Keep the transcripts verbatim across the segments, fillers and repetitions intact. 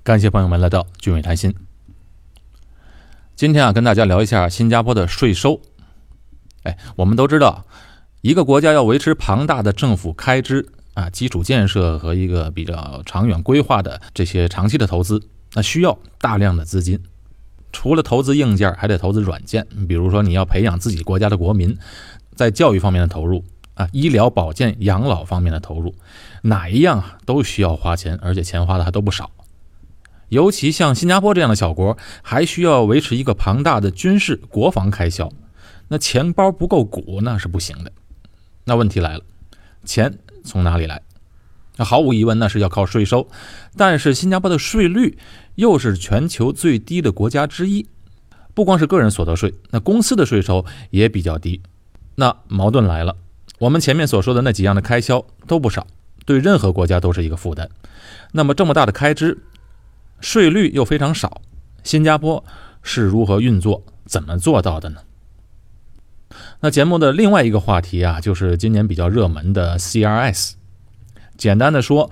感谢朋友们来到俊伟谈心。今天啊，跟大家聊一下新加坡的税收。哎，我们都知道，一个国家要维持庞大的政府开支啊，基础建设和一个比较长远规划的这些长期的投资，那需要大量的资金。除了投资硬件，还得投资软件。比如说，你要培养自己国家的国民，在教育方面的投入啊，医疗保健、养老方面的投入，哪一样啊都需要花钱，而且钱花的还都不少。尤其像新加坡这样的小国，还需要维持一个庞大的军事国防开销，那钱包不够鼓那是不行的。那问题来了，钱从哪里来？那毫无疑问那是要靠税收，但是新加坡的税率又是全球最低的国家之一，不光是个人所得税，那公司的税收也比较低。那矛盾来了，我们前面所说的那几样的开销都不少，对任何国家都是一个负担。那么这么大的开支，税率又非常少，新加坡是如何运作、怎么做到的呢？那节目的另外一个话题啊，就是今年比较热门的 C R S。 简单的说，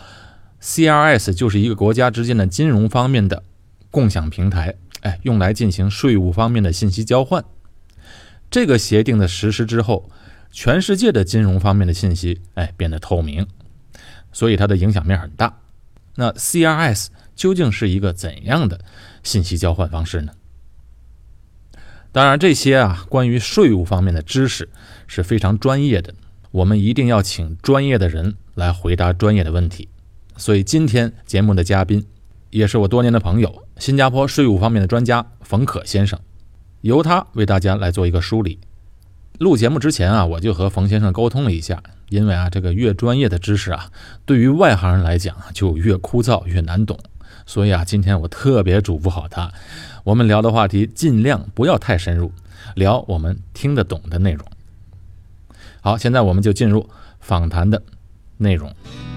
C R S 就是一个国家之间的金融方面的共享平台，哎，用来进行税务方面的信息交换。这个协定的实施之后，全世界的金融方面的信息哎变得透明，所以它的影响面很大。那 C R S 究竟是一个怎样的信息交换方式呢？当然这些啊关于税务方面的知识是非常专业的，我们一定要请专业的人来回答专业的问题。所以今天节目的嘉宾也是我多年的朋友，新加坡税务方面的专家冯可先生，由他为大家来做一个梳理。录节目之前啊，我就和冯先生沟通了一下，因为啊，这个越专业的知识啊，对于外行人来讲就越枯燥越难懂，所以啊，今天我特别嘱咐好他，我们聊的话题尽量不要太深入，聊我们听得懂的内容。好，现在我们就进入访谈的内容。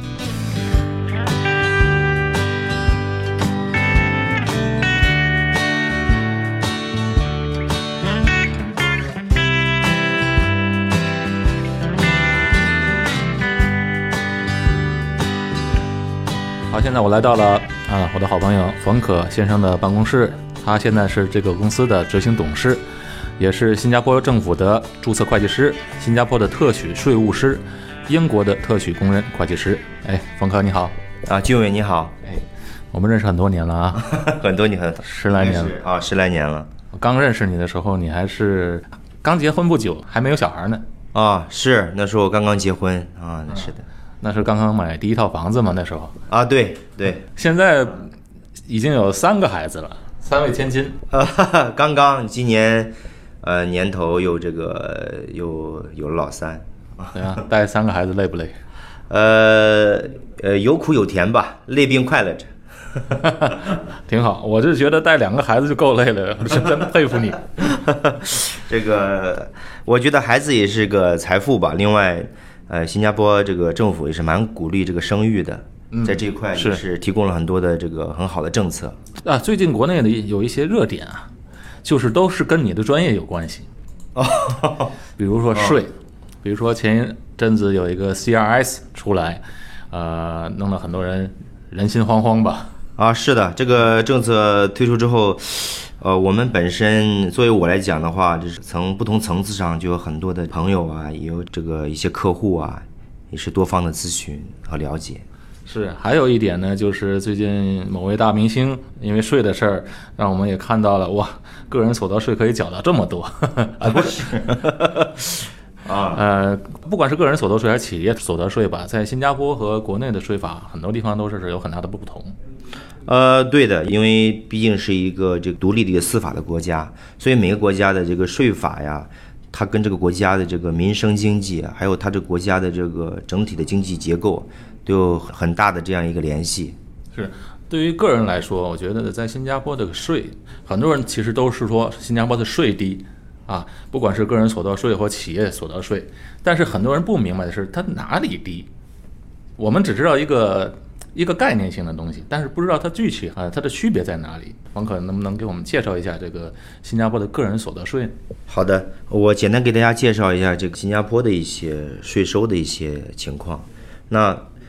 好，现在我来到了啊，我的好朋友冯可先生的办公室，他现在是这个公司的执行董事，也是新加坡政府的注册会计师，新加坡的特许税务师，英国的特许公认会计师。哎，冯可你好。 啊，俊伟你好。 哎，我们认识很多年了啊， 很多年了， 十来年了啊，十来年了。 我刚认识你的时候，你还是刚结婚不久，还没有小孩呢。 啊，是那时候我刚刚结婚啊，是的。 那是刚刚买第一套房子嘛，那时候啊，对对， 现在已经有三个孩子了，三位千金。 啊，刚刚今年，呃，年头有这个有有老三。 对啊，带三个孩子累不累？ 呃呃，有苦有甜吧，累并快乐着。 挺好，我是觉得带两个孩子就够累了，我是真佩服你。 这个，我觉得孩子也是个财富吧。另外。呃，新加坡这个政府也是蛮鼓励这个生育的，嗯、在这一块也是提供了很多的这个很好的政策啊。最近国内的有一些热点啊，就是都是跟你的专业有关系哦，比如说税，哦、比如说前一阵子有一个 C R S 出来，呃，弄得很多人人心惶惶吧。 啊，是的，这个政策推出之后。呃，我们本身作为我来讲的话，就是从不同层次上就有很多的朋友啊，也有这个一些客户啊，也是多方的咨询和了解。 是，还有一点呢，就是最近某位大明星因为税的事儿，让我们也看到了哇，个人所得税可以缴到这么多啊，不是啊，呃，不管是个人所得税还是企业所得税吧，在新加坡和国内的税法很多地方都是有很大的不同。 呃，对的，因为毕竟是一个这个独立的一个司法的国家，所以每个国家的这个税法呀，它跟这个国家的这个民生经济啊，还有它这个国家的这个整体的经济结构都有很大的这样一个联系。 是，对于个人来说，我觉得在新加坡的税，很多人其实都是说新加坡的税低啊，不管是个人所得税或企业所得税，但是很多人不明白的是它哪里低，我们只知道一个。一个概念性的东西，但是不知道它具体啊它的区别在哪里。王可能不能给我们介绍一下这个新加坡的个人所得税？ 好的，我简单给大家介绍一下这个新加坡的一些税收的一些情况。那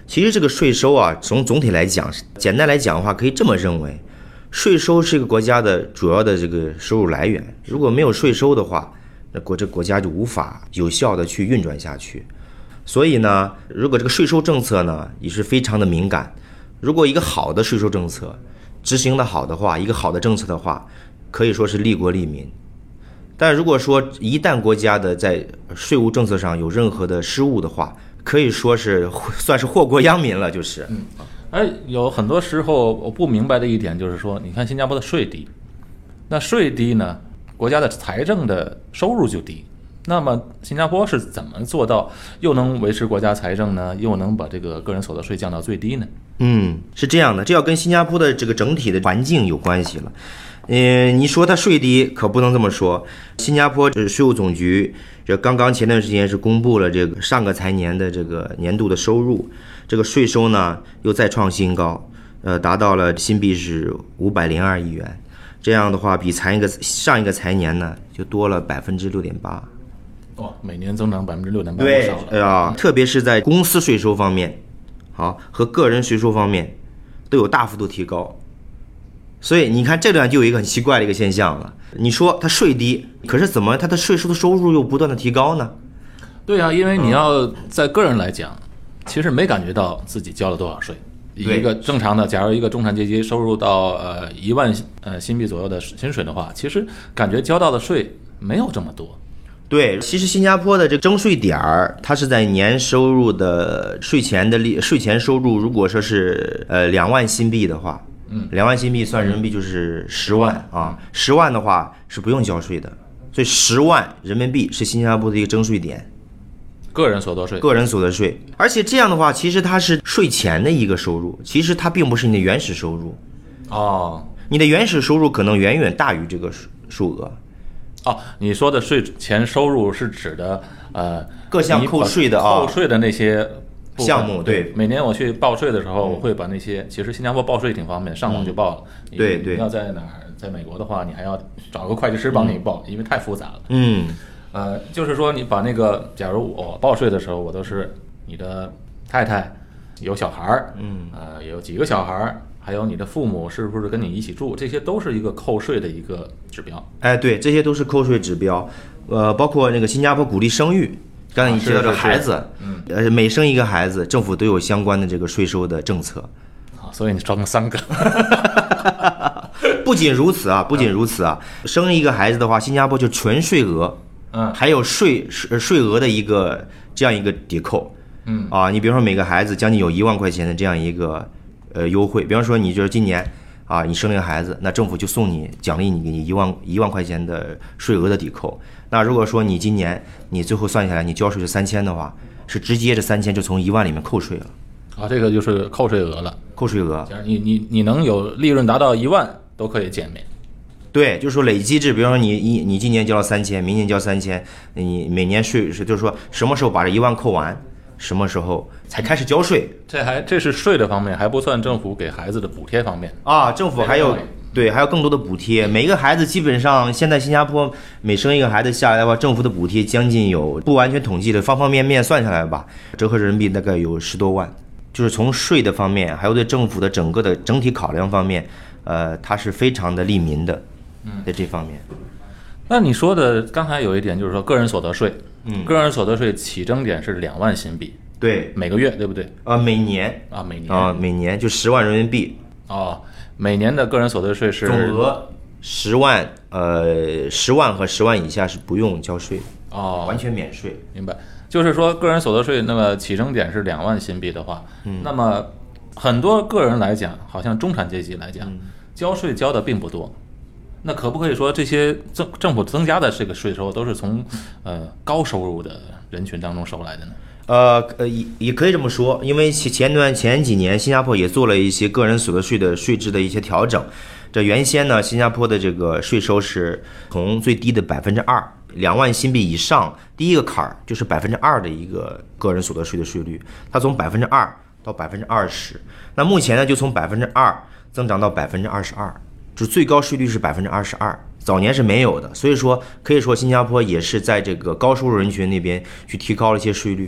其实这个税收啊，从总体来讲，简单来讲的话，可以这么认为，税收是一个国家的主要的这个收入来源。如果没有税收的话，那国这国家就无法有效的去运转下去。所以呢，如果这个税收政策呢也是非常的敏感，如果一个好的税收政策执行的好的话，一个好的政策的话，可以说是利国利民。但如果说一旦国家的在税务政策上有任何的失误的话，可以说是算是祸国殃民了，就是。 嗯，哎，有很多时候我不明白的一点就是说，你看新加坡的税低，那税低呢，国家的财政的收入就低。那么新加坡是怎么做到又能维持国家财政呢，又能把这个个人所得税降到最低呢？ 嗯，是这样的，这要跟新加坡的这个整体的环境有关系了。嗯，你说它税低，可不能这么说。新加坡税务总局这刚刚前段时间是公布了这个上个财年的这个年度的收入，这个税收呢又再创新高，呃，达到了新币是五百零二亿元。这样的话，比财一个上一个财年呢就多了百分之六点八。 哦，每年增长百分之六点八， 对啊、呃，特别是在公司税收方面，好和个人税收方面都有大幅度提高。所以你看，这段就有一个很奇怪的一个现象了。你说它税低，可是怎么它的税收的收入又不断的提高呢？ 对啊，因为你要在个人来讲，其实没感觉到自己交了多少税。一个正常的，假如一个中产阶级收入到呃一万呃新币左右的薪水的话，其实感觉交到的税没有这么多。 对，其实新加坡的这个征税点儿，它是在年收入的税前的利税前收入，如果说是呃两万新币的话。嗯，两万新币算人民币就是十万啊，十万的话是不用交税的，所以十万人民币是新加坡的一个征税点， 个人所得税， 个人所得税，而且这样的话，其实它是税前的一个收入，其实它并不是你的原始收入， 哦， 你的原始收入可能远远大于这个数额， 哦，你说的税前收入是指的呃各项扣税的啊， 扣税的那些。 项目对， 每年我去报税的时候，我会把那些，其实新加坡报税挺方便，上网就报了。 嗯、对对。 你要在哪儿，在美国的话，你还要找个会计师帮你报，嗯、因为太复杂了。 嗯。 呃，就是说你把那个，假如我报税的时候，我都是你的太太有小孩儿， 嗯， 呃，有几个小孩儿，还有你的父母是不是跟你一起住，这些都是一个扣税的一个指标。 哎，对，这些都是扣税指标。呃，包括那个新加坡鼓励生育。刚才你提到这个孩子， 嗯， 呃，每生一个孩子，政府都有相关的这个税收的政策， 啊，所以你生三个。 不仅如此啊，不仅如此啊，嗯、生一个孩子的话，新加坡就纯税额， 嗯， 还有税税额的一个这样一个抵扣， 嗯啊，你比如说每个孩子将近有一万块钱的这样一个呃优惠，比方说你就是今年啊，你生了一个孩子，那政府就送你奖励你给你一万一万块钱的税额的抵扣。那如果说你今年你最后算下来你交税是三千的话，是直接这三千就从一万里面扣税了。 啊，这个就是扣税额了。 扣税额， 你你你能有利润达到一万都可以减免。 对，就是说累积制，比如说你一你今年交了三千，明年交三千，你每年税是就是说什么时候把这一万扣完，什么时候才开始交税。 这还这是税的方面，还不算政府给孩子的补贴方面啊，政府还有。对，还有更多的补贴。每一个孩子基本上现在新加坡每生一个孩子下来的话，政府的补贴将近有不完全统计的方方面面算下来吧，折合人民币大概有十多万。就是从税的方面，还有对政府的整个的整体考量方面，呃，它是非常的利民的，在这方面。 嗯、那你说的刚才有一点就是说个人所得税， 嗯， 个人所得税起征点是两万新币， 对， 每个月对不对？ 啊、呃，每年啊，每年啊，每年就十万人民币。 哦。每年的个人所得税是总额十万，呃，十万和十万以下是不用交税哦， 完全免税。 明白，就是说个人所得税，那么起征点是两万新币的话， 嗯， 那么很多个人来讲，好像中产阶级来讲， 嗯、 交税交的并不多。那可不可以说这些政政府增加的这个税收都是从呃高收入的人群当中收来的呢？ 呃呃，也也可以这么说，因为前段前几年新加坡也做了一些个人所得税的税制的一些调整。这原先呢，新加坡的这个税收是从最低的百分之二，两万新币以上，第一个坎儿就是百分之二的一个个人所得税的税率，它从百分之二到百分之二十。那目前呢，就从百分之二增长到百分之二十二，就最高税率是百分之二十二。早年是没有的，所以说可以说新加坡也是在这个高收入人群那边去提高了一些税率。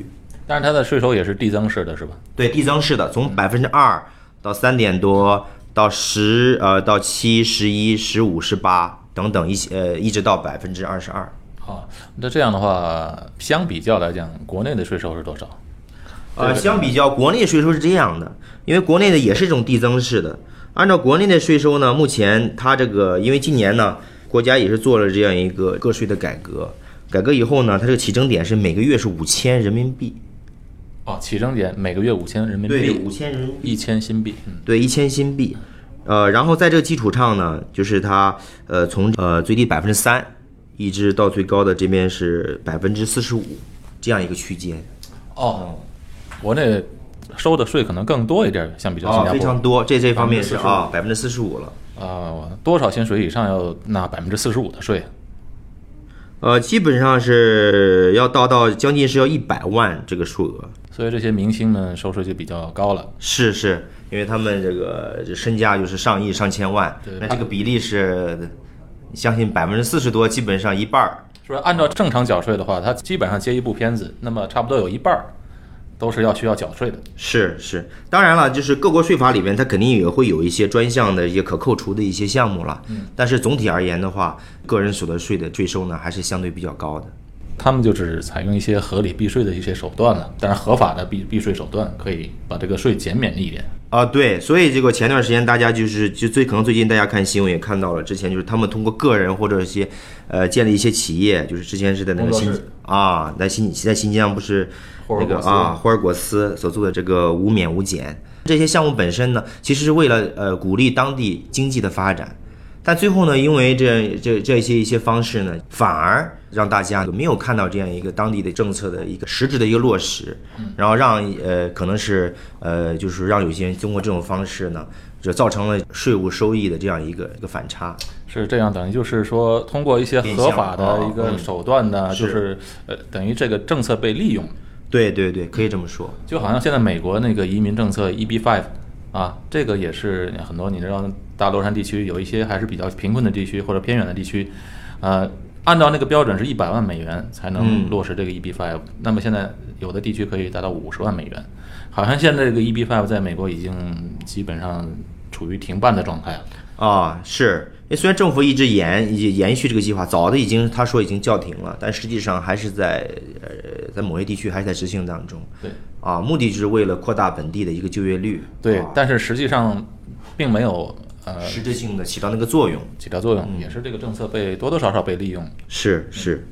但是它的税收也是递增式的，是吧？ 对，递增式的，从百分之二到三点多，到十呃到七、十一、十五、十八等等一些呃，一直到百分之二十二。 啊，那这样的话，相比较来讲，国内的税收是多少？ 呃，相比较国内税收是这样的，因为国内的也是一种递增式的。按照国内的税收呢，目前它这个因为今年呢，国家也是做了这样一个个税的改革，改革以后呢，它这个起征点是每个月是五千人民币。 哦，起征点每个月五千人民币， 对，五千人民币， 一千新币，嗯， 对，一千新币。呃，然后在这个基础上呢，就是它呃从呃最低百分之三，一直到最高的这边是百分之四十五这样一个区间。 哦，国内收的税可能更多一点，相比较新加坡， 哦、非常多，这这方面是啊，百分之四十五了。 啊、呃，多少薪水以上要纳百分之四十五的税？ 呃，基本上是要到到将近是要一百万这个数额。 所以这些明星们收税就比较高了。 是是，因为他们这个身价就是上亿上千万，那这个比例是，相信百分之四十多，基本上一半儿。 说按照正常缴税的话，他基本上接一部片子，那么差不多有一半儿都是要需要缴税的。 是是，当然了，就是各国税法里面，它肯定也会有一些专项的一些可扣除的一些项目了。嗯，但是总体而言的话，个人所得税的税收呢，还是相对比较高的。 他们就只采用一些合理避税的一些手段了，但是合法的避避税手段可以把这个税减免一点啊。对，所以这个前段时间大家就是就最可能最近大家看新闻也看到了，之前就是他们通过个人或者一些呃建立一些企业，就是之前是在那个新啊，在新在新疆不是那个啊霍尔果斯所做的这个无免无减这些项目本身呢，其实是为了呃鼓励当地经济的发展。但最后呢，因为这这这些一些方式呢，反而让大家没有看到这样一个当地的政策的一个实质的一个落实，然后让呃可能是呃就是让有些人通过这种方式呢，就造成了税务收益的这样一个一个反差。 是这样，等于就是说通过一些合法的一个手段呢，就是呃等于这个政策被利用。 对对对，可以这么说。 就好像现在美国那个移民政策 E B 五 啊，这个也是很多你知道。大洛杉地区有一些还是比较贫困的地区或者偏远的地区，呃，按照那个标准是一百万美元才能落实这个 E B 五、嗯、那么现在有的地区可以达到五十万美元，好像现在这个 E B 五 在美国已经基本上处于停办的状态了。 啊，是，虽然政府一直延延续这个计划，早的已经他说已经叫停了，但实际上还是在呃在某些地区还是在执行当中。 对， 啊，目的就是为了扩大本地的一个就业率。 对， 啊、 但是实际上并没有。呃， 实质性的起到那个作用， 起到作用、嗯、也是这个政策被多多少少被利用。 是是，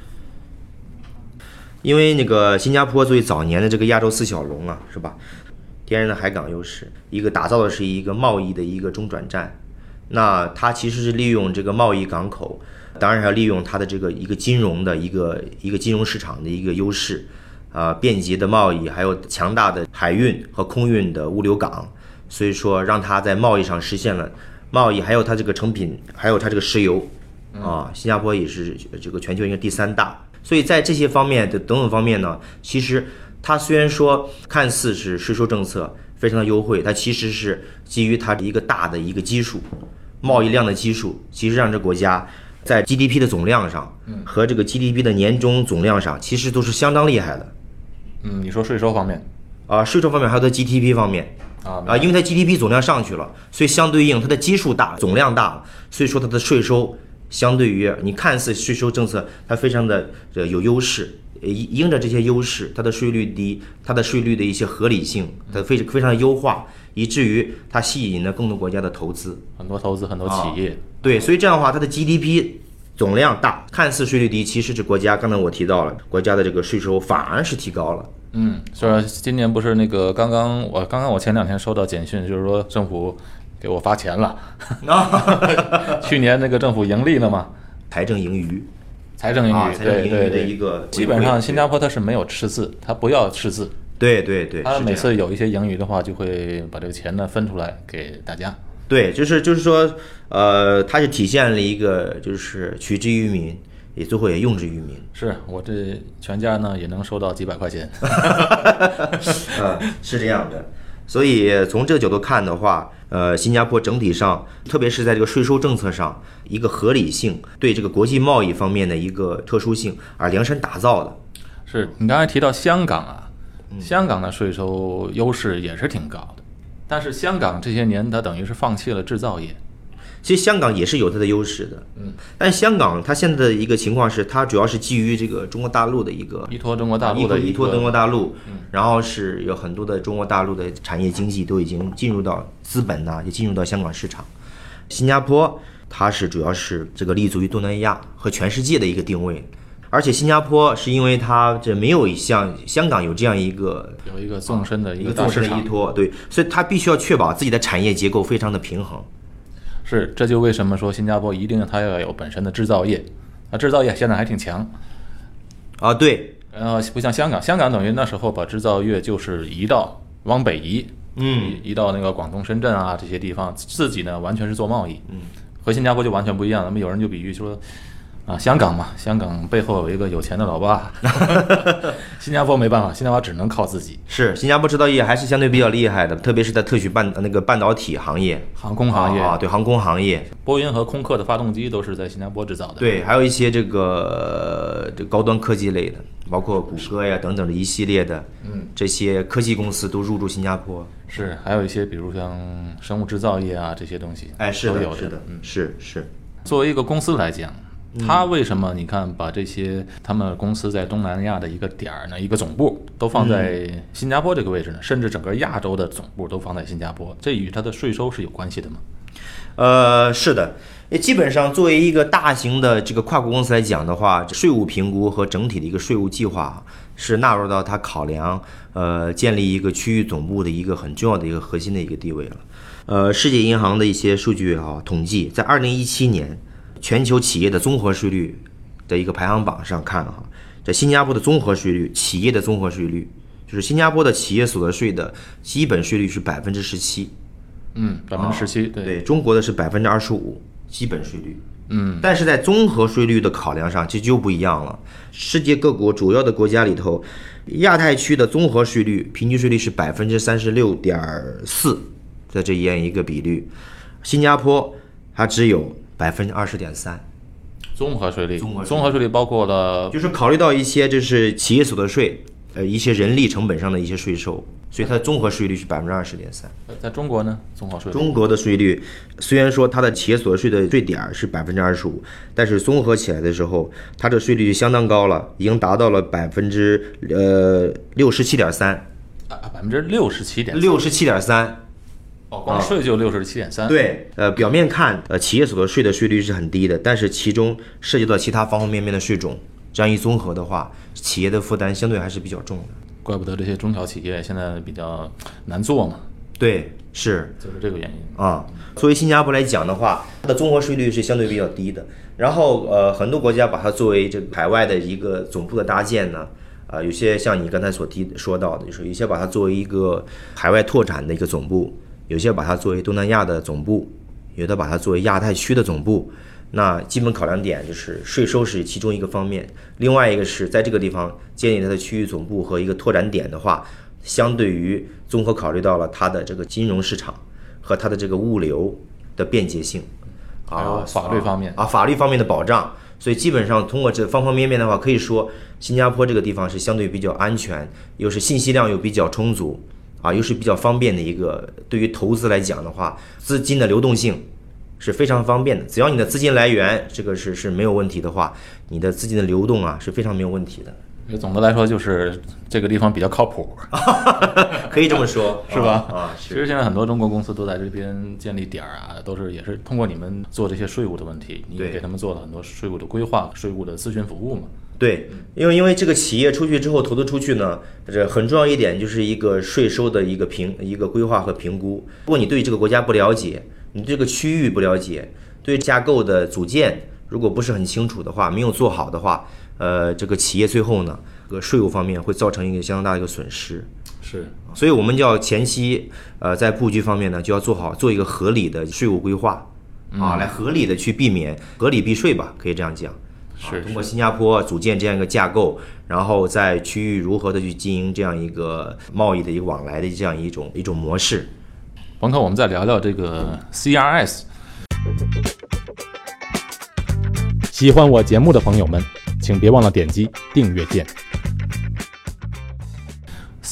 因为那个新加坡作为早年的这个亚洲四小龙啊，是吧？天然的海港优势，一个打造的是一个贸易的一个中转站。那它其实是利用这个贸易港口，当然还要利用它的这个一个金融的一个一个金融市场的一个优势，啊、呃，便捷的贸易，还有强大的海运和空运的物流港。所以说，让它在贸易上实现了贸易，还有它这个成品，还有它这个石油，啊，新加坡也是这个全球应该第三大。所以在这些方面的等等方面呢，其实它虽然说看似是税收政策非常的优惠，它其实是基于它一个大的一个基数，贸易量的基数，其实让这国家在 G D P 的总量上和这个 G D P 的年终总量上，其实都是相当厉害的。 嗯，你说税收方面啊，税收方面还有它 G D P 方面。啊，因为它 G D P 总量上去了，所以相对应它的基数大，总量大了，所以说它的税收相对于你看似税收政策它非常的有优势，因着这些优势，它的税率低，它的税率的一些合理性，它非非常的优化，以至于它吸引了更多国家的投资， 很多投资很多企业、啊。 对，所以这样的话，它的 G D P 总量大，看似税率低，其实这国家刚才我提到了，国家的这个税收反而是提高了。 嗯，虽然今年不是那个刚刚我刚刚我前两天收到简讯，就是说政府给我发钱了。去年那个政府盈利了嘛， 财政盈余， 财政盈余， 啊、财政盈余的一个， 基本上新加坡它是没有赤字，它不要赤字。 对对对， 它每次有一些盈余的话，就会把这个钱呢分出来给大家。 对，就是就是说，呃，它是体现了一个就是取之于民。也最后也用之于民， 是我这全家呢也能收到几百块钱。 呃，是这样的，所以从这个角度看的话，呃，新加坡整体上，特别是在这个税收政策上，一个合理性，对这个国际贸易方面的一个特殊性而量身打造的。 是你刚才提到香港啊， 香港的税收优势也是挺高的，但是香港这些年它等于是放弃了制造业。 其实香港也是有它的优势的，嗯，但是香港它现在的一个情况是，它主要是基于这个中国大陆的一个依托中国大陆的依托中国大陆，嗯，然后是有很多的中国大陆的产业经济都已经进入到资本呐、啊，也进入到香港市场。新加坡它是主要是这个立足于东南亚和全世界的一个定位，而且新加坡是因为它这没有像香港有这样一个有一个纵深的一个纵深的依托，对，所以它必须要确保自己的产业结构非常的平衡。 是，这就为什么说新加坡一定它要有本身的制造业，啊，制造业现在还挺强， 啊，对， 然后不像香港，香港等于那时候把制造业就是移到往北移， 嗯， 移移到那个广东、深圳啊这些地方，自己呢完全是做贸易，嗯，和新加坡就完全不一样。那么有人就比喻说，啊，香港嘛，香港背后有一个有钱的老爸，新加坡没办法，新加坡只能靠自己。 是，新加坡制造业还是相对比较厉害的，特别是在特许半那个半导体行业、 航空行业啊，对，航空行业， 波音和空客的发动机都是在新加坡制造的。 对，还有一些这个这高端科技类的，包括谷歌呀等等的一系列的，嗯，这些科技公司都入驻新加坡。 是，还有一些比如像生物制造业啊这些东西， 哎，是的， 都有是的，嗯，是是。 作为一个公司来讲。他为什么你看把这些他们公司在东南亚的一个点儿呢，一个总部都放在新加坡这个位置呢？甚至整个亚洲的总部都放在新加坡，这与它的税收是有关系的吗？ 呃，是的，也基本上作为一个大型的这个跨国公司来讲的话，税务评估和整体的一个税务计划是纳入到它考量呃建立一个区域总部的一个很重要的一个核心的一个地位了。呃，世界银行的一些数据啊统计，在二零一七年。全球企业的综合税率的一个排行榜上看哈，在新加坡的综合税率，企业的综合税率，就是新加坡的企业所得税的基本税率是百分之十七， 嗯，百分之十七，对， 对，中国的是百分之二十五基本税率， 嗯， 但是在综合税率的考量上，这就不一样了。世界各国主要的国家里头，亚太区的综合税率平均税率是百分之三十六点四的这样一个比率，新加坡它只有。百分之二十点三， 综合税率，综合税率包括了， 就是考虑到一些就是企业所得税，呃，一些人力成本上的一些税收，所以它的综合税率是百分之二十点三。 在中国呢，综合税率， 中国的税率虽然说它的企业所得税的税点是百分之二十五，但是综合起来的时候，它的税率相当高了，已经达到了百分之呃六十七点三， 啊，百分之六十七点， 六十七点三。 哦，光税就六十七点三。 对，呃，表面看，呃，企业所得税的税率是很低的，但是其中涉及到其他方方面面的税种，这样一综合的话，企业的负担相对还是比较重的。 怪不得这些中小企业现在比较难做嘛。 对，是， 就是这个原因啊。作为新加坡来讲的话，它的综合税率是相对比较低的。然后，呃，很多国家把它作为这个海外的一个总部的搭建呢。啊、呃，有些像你刚才所提说到的，就是有些把它作为一个海外拓展的一个总部。有些把它作为东南亚的总部，有的把它作为亚太区的总部。那基本考量点就是税收是其中一个方面，另外一个是在这个地方建立它的区域总部和一个拓展点的话，相对于综合考虑到了它的这个金融市场和它的这个物流的便捷性， 还有法律方面啊，法律方面的保障。所以基本上通过这方方面面的话，可以说新加坡这个地方是相对比较安全，又是信息量又比较充足。啊，又是比较方便的一个，对于投资来讲的话，资金的流动性是非常方便的。只要你的资金来源这个是是没有问题的话，你的资金的流动啊是非常没有问题的。 总的来说，就是这个地方比较靠谱， 可以这么说， 是吧？ 啊， 其实现在很多中国公司都在这边建立点儿啊，都是也是通过你们做这些税务的问题，你给他们做了很多税务的规划、税务的咨询服务嘛。 对，因为因为这个企业出去之后投资出去呢，这很重要一点就是一个税收的一个评一个规划和评估。如果你对这个国家不了解，你对这个区域不了解，对架构的组件如果不是很清楚的话，没有做好的话，呃，这个企业最后呢，这个税务方面会造成一个相当大的一个损失。 是， 所以我们就要前期呃在布局方面呢，就要做好做一个合理的税务规划啊，来合理的去避免合理避税吧，可以这样讲。 是， 通过新加坡组建这样一个架构，然后在区域如何的去经营这样一个贸易的一个往来的这样一种一种模式。 王科，我们再聊聊这个 C R S。 喜欢我节目的朋友们，请别忘了点击订阅键。 C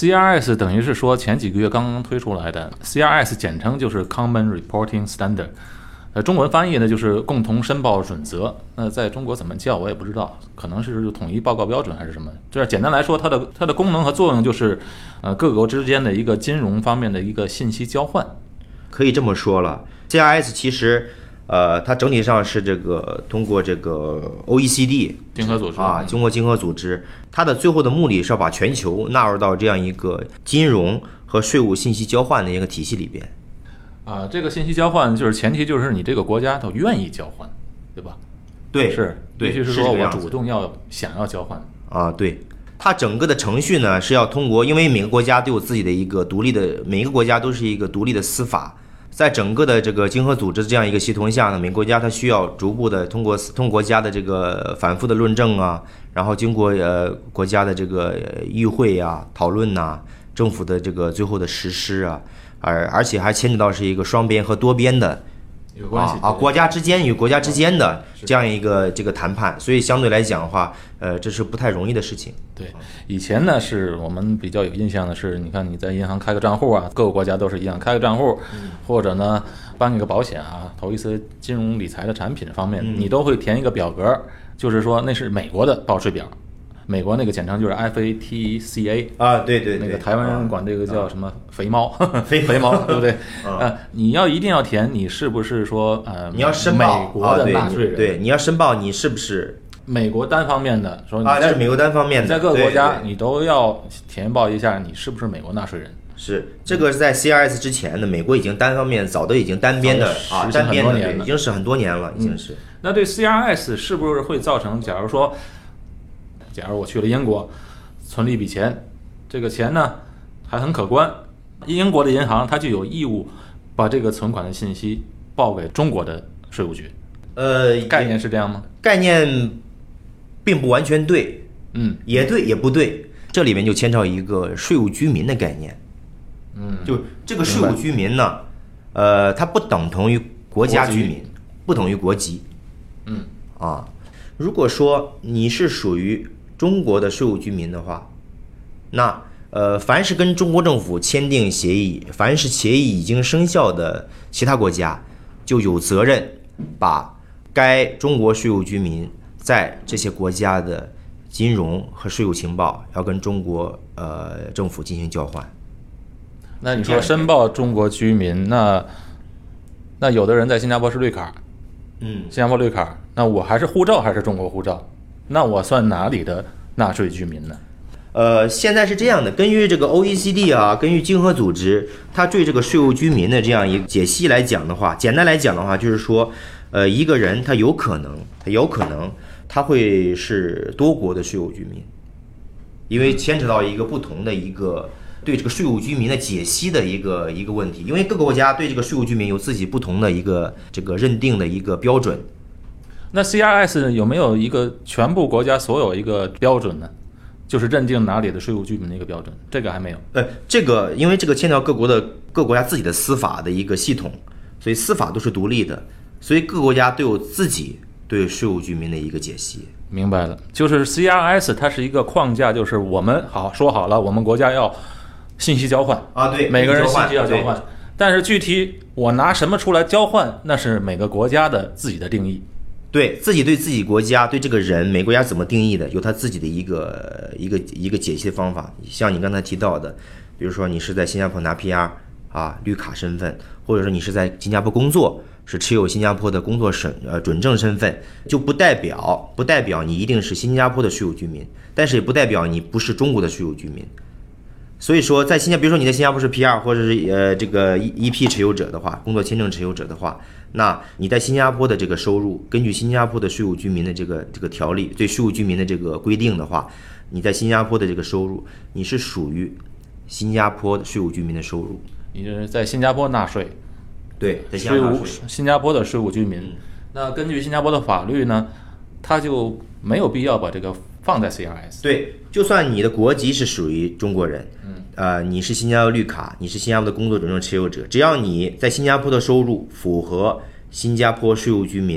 C R S 等于是说前几个月刚刚推出来的 ，C R S 简称就是 Common Reporting Standard， 呃，中文翻译呢就是共同申报准则。那在中国怎么叫我也不知道，可能是统一报告标准还是什么。这简单来说，它的它的功能和作用就是，呃，各国之间的一个金融方面的一个信息交换。 可以这么说了 ，C R S 其实。呃，它整体上是这个通过这个 O E C D 经合组织啊，经过经合组织，它的最后的目的是要把全球纳入到这样一个金融和税务信息交换的一个体系里边。 啊，这个信息交换就是前提就是你这个国家都愿意交换，对吧？ 对， 是， 对， 必须是说我主动要想要交换啊，对。它整个的程序呢是要通过，因为每个国家都有自己的一个独立的，每一个国家都是一个独立的司法。在整个的这个经合组织这样一个系统下呢，每个国家它需要逐步的通过通过国家的这个反复的论证啊，然后经过呃国家的这个议会啊讨论呐、啊，政府的这个最后的实施啊，而而且还牵扯到是一个双边和多边的有关系啊啊，国家之间与国家之间的这样一个这个谈判，所以相对来讲的话，呃，这是不太容易的事情。 对，以前呢是我们比较有印象的是，你看你在银行开个账户啊，各个国家都是一样，开个账户，嗯、或者呢办一个保险啊，投一些金融理财的产品方面，嗯、你都会填一个表格，就是说那是美国的报税表。美国那个简称就是 F A T C A 啊，对对对， 那个台湾人管这个叫什么肥猫，肥肥猫，对不对？呃，你要一定要填，你是不是说呃， 你要申报美国的纳税人？ 对，你要申报你是不是美国单方面的说你啊？这是美国单方面的， 在各个国家你都要填报一下，你是不是美国纳税人？ 是，这个是在 C R S 之前的，美国已经单方面早都已经单边的啊，单边的，已经是很多年了，已经是。 那对 C R S 是不是会造成，假如说？假如我去了英国，存了一笔钱，这个钱呢还很可观，英国的银行它就有义务把这个存款的信息报给中国的税务局。 呃， 概念是这样吗？ 概念并不完全对， 嗯， 也对也不对，这里面就牵扯一个税务居民的概念。 嗯， 就这个税务居民呢，呃，它不等同于国家居民，不等于国籍。 嗯， 啊，如果说你是属于中国的税务居民的话，那呃，凡是跟中国政府签订协议，凡是协议已经生效的其他国家，就有责任把该中国税务居民在这些国家的金融和税务情报要跟中国呃政府进行交换。 那你说申报中国居民，那那有的人在新加坡是绿卡， 嗯， 新加坡绿卡，那我还是护照还是中国护照？那我算哪里的纳税居民呢？ 呃，现在是这样的，根据这个 O E C D 啊，根据经合组织，它对这个税务居民的这样一个解析来讲的话，简单来讲的话，就是说，呃，一个人他有可能，他有可能他会是多国的税务居民，因为牵扯到一个不同的一个对这个税务居民的解析的一个一个问题，因为各个国家对这个税务居民有自己不同的一个这个认定的一个标准。 那 C R S 有没有一个全部国家所有一个标准呢？就是认定哪里的税务居民的一个标准，这个还没有。 呃，这个因为这个牵扯到各国的各国家自己的司法的一个系统，所以司法都是独立的，所以各国家都有自己对税务居民的一个解析。 明白了，就是 C R S 它是一个框架，就是我们好说好了，我们国家要信息交换啊，对， 每个人信息要交换，但是具体我拿什么出来交换，那是每个国家的自己的定义。 对自己对自己国家对这个人，每个国家怎么定义的，有他自己的一个一个一个解析的方法。像你刚才提到的，比如说你是在新加坡拿 P R 啊绿卡身份，或者说你是在新加坡工作，是持有新加坡的工作审呃准证身份，就不代表不代表你一定是新加坡的税务居民，但是也不代表你不是中国的税务居民。所以说，在新加，比如说你在新加坡是 P R 或者是呃这个 E P 持有者的话，工作签证持有者的话，那你在新加坡的这个收入，根据新加坡的税务居民的这个这个条例，对税务居民的这个规定的话，你在新加坡的这个收入，你是属于新加坡的税务居民的收入， 你是在新加坡纳税， 对，在税务新加坡的税务居民。嗯、那根据新加坡的法律呢，他就没有必要把这个放在 C R S。 对，就算你的国籍是属于中国人，嗯，呃，你是新加坡绿卡，你是新加坡的工作准证持有者，只要你在新加坡的收入符合新加坡税务居民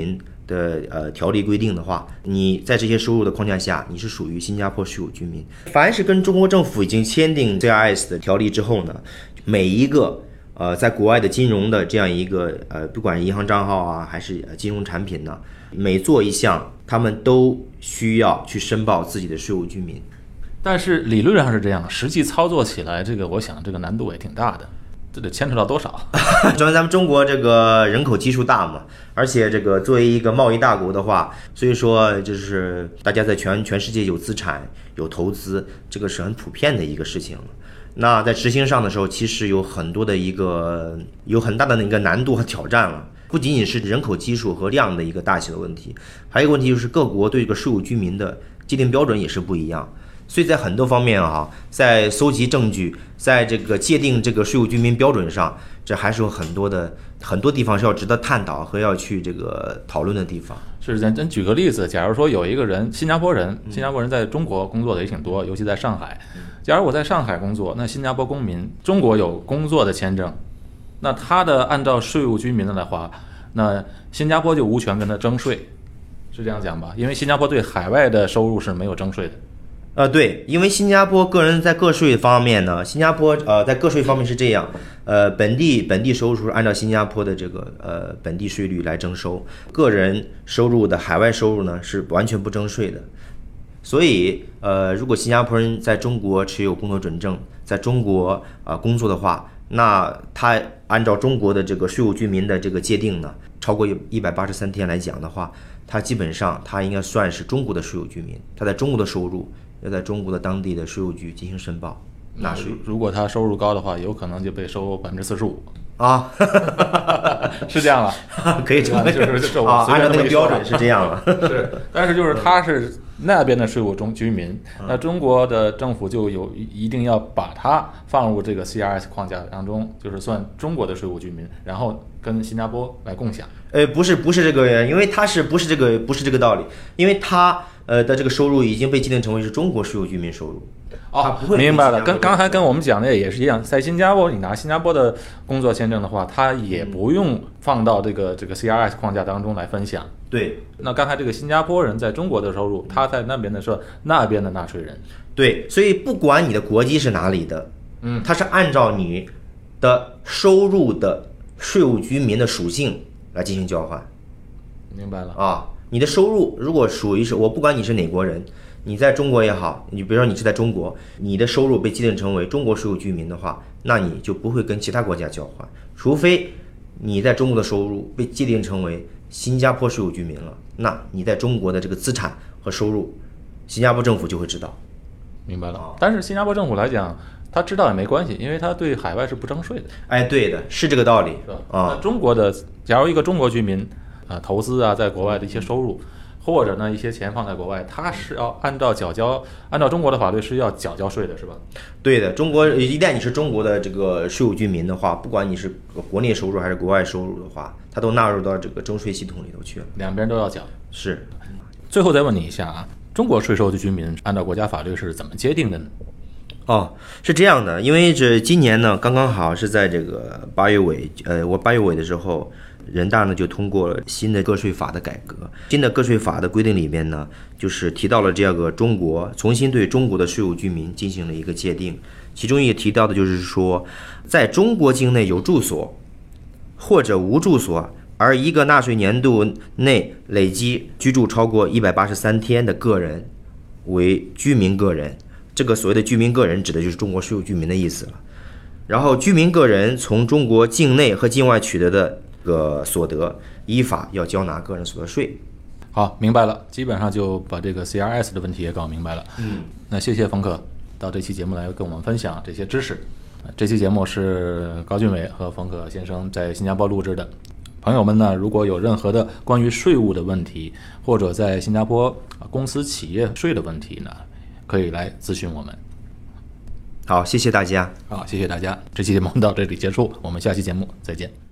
的呃条例规定的话，你在这些收入的框架下，你是属于新加坡税务居民。凡是跟中国政府已经签订 C R S 的条例之后呢，每一个呃在国外的金融的这样一个呃不管是银行账号啊，还是金融产品呢，每做一项，他们都需要去申报自己的税务居民。 但是理论上是这样，实际操作起来，这个我想这个难度也挺大的。这得牵扯到多少？ 主要咱们中国这个人口基数大嘛，而且这个作为一个贸易大国的话，所以说就是大家在全全世界有资产有投资，这个是很普遍的一个事情。那在执行上的时候，其实有很多的一个有很大的一个难度和挑战了。不仅仅是人口基数和量的一个大小的问题，还有一个问题就是各国对这个税务居民的界定标准也是不一样。所以在很多方面啊，在搜集证据，在这个界定这个税务居民标准上，这还是有很多的很多地方是要值得探讨和要去这个讨论的地方。 是，咱咱举个例子，假如说有一个人，新加坡人，新加坡人在中国工作的也挺多，尤其在上海。假如我在上海工作，那新加坡公民，中国有工作的签证，那他的按照税务居民的话，那新加坡就无权跟他征税，是这样讲吧？因为新加坡对海外的收入是没有征税的。 呃，对，因为新加坡个人在个税方面呢，新加坡呃在个税方面是这样，呃本地本地收入是按照新加坡的这个呃本地税率来征收，个人收入的海外收入呢是完全不征税的。所以呃如果新加坡人在中国持有工作准证，在中国啊、呃、工作的话，那他按照中国的这个税务居民的这个界定呢，超过一百八十三天来讲的话，他基本上他应该算是中国的税务居民，他在中国的收入要在中国的当地的税务局进行申报纳税。 如果他收入高的话，有可能就被收百分之四十五啊， 是这样了， 可以这么就是这我啊，按照那个标准是这样了。 是，但是就是他是那边的税务中居民，那中国的政府就有一定要把它放入这个 C R S 框架当中，就是算中国的税务居民，然后跟新加坡来共享。 呃，不是不是这个，因为他是不是这个不是这个道理，因为他呃的这个收入已经被界定成为是中国税务居民收入。 哦，明白了，跟刚才跟我们讲的也是一样，在新加坡你拿新加坡的工作签证的话，它也不用放到这个这个 C R S 框架当中来分享。 对， 那刚才这个新加坡人在中国的收入，他在那边的是那边的纳税人。 对，所以不管你的国籍是哪里的，嗯，它是按照你的收入的税务居民的属性来进行交换。 明白了啊，你的收入如果属于是我不管你是哪国人，你在中国也好，你比如说你是在中国，你的收入被界定成为中国税务居民的话，那你就不会跟其他国家交换，除非你在中国的收入被界定成为新加坡税务居民了，那你在中国的这个资产和收入，新加坡政府就会知道。 明白了，但是新加坡政府来讲，他知道也没关系，因为他对海外是不征税的。 哎，对的，是这个道理， 是吧？ 啊， 那中国的，假如一个中国居民啊、呃、投资啊，在国外的一些收入，或者呢一些钱放在国外，他是要按照缴交，按照中国的法律是要缴交税的，是吧？ 对的，中国一旦你是中国的这个税务居民的话，不管你是国内收入还是国外收入的话，它都纳入到这个征税系统里头去了， 两边都要缴。 是。 最后再问你一下啊，中国税收的居民按照国家法律是怎么界定的呢？ 哦，是这样的，因为这今年呢，刚刚好是在这个八月尾，呃，我八月尾的时候，人大呢就通过了新的个税法的改革。新的个税法的规定里面呢，就是提到了这个中国重新对中国的税务居民进行了一个界定，其中也提到的就是说，在中国境内有住所或者无住所，而一个纳税年度内累计居住超过一百八十三天的个人为居民个人。这个所谓的居民个人指的就是中国税务居民的意思了。然后居民个人从中国境内和境外取得的个所得，依法要交纳个人所得税。 好，明白了，基本上就把这个 C R S 的问题也搞明白了。 嗯， 那谢谢冯可到这期节目来跟我们分享这些知识。这期节目是高俊伟和冯可先生在新加坡录制的。朋友们呢，如果有任何的关于税务的问题，或者在新加坡公司企业税的问题呢，可以来咨询我们。 好，谢谢大家。 好，谢谢大家。这期节目到这里结束，我们下期节目再见。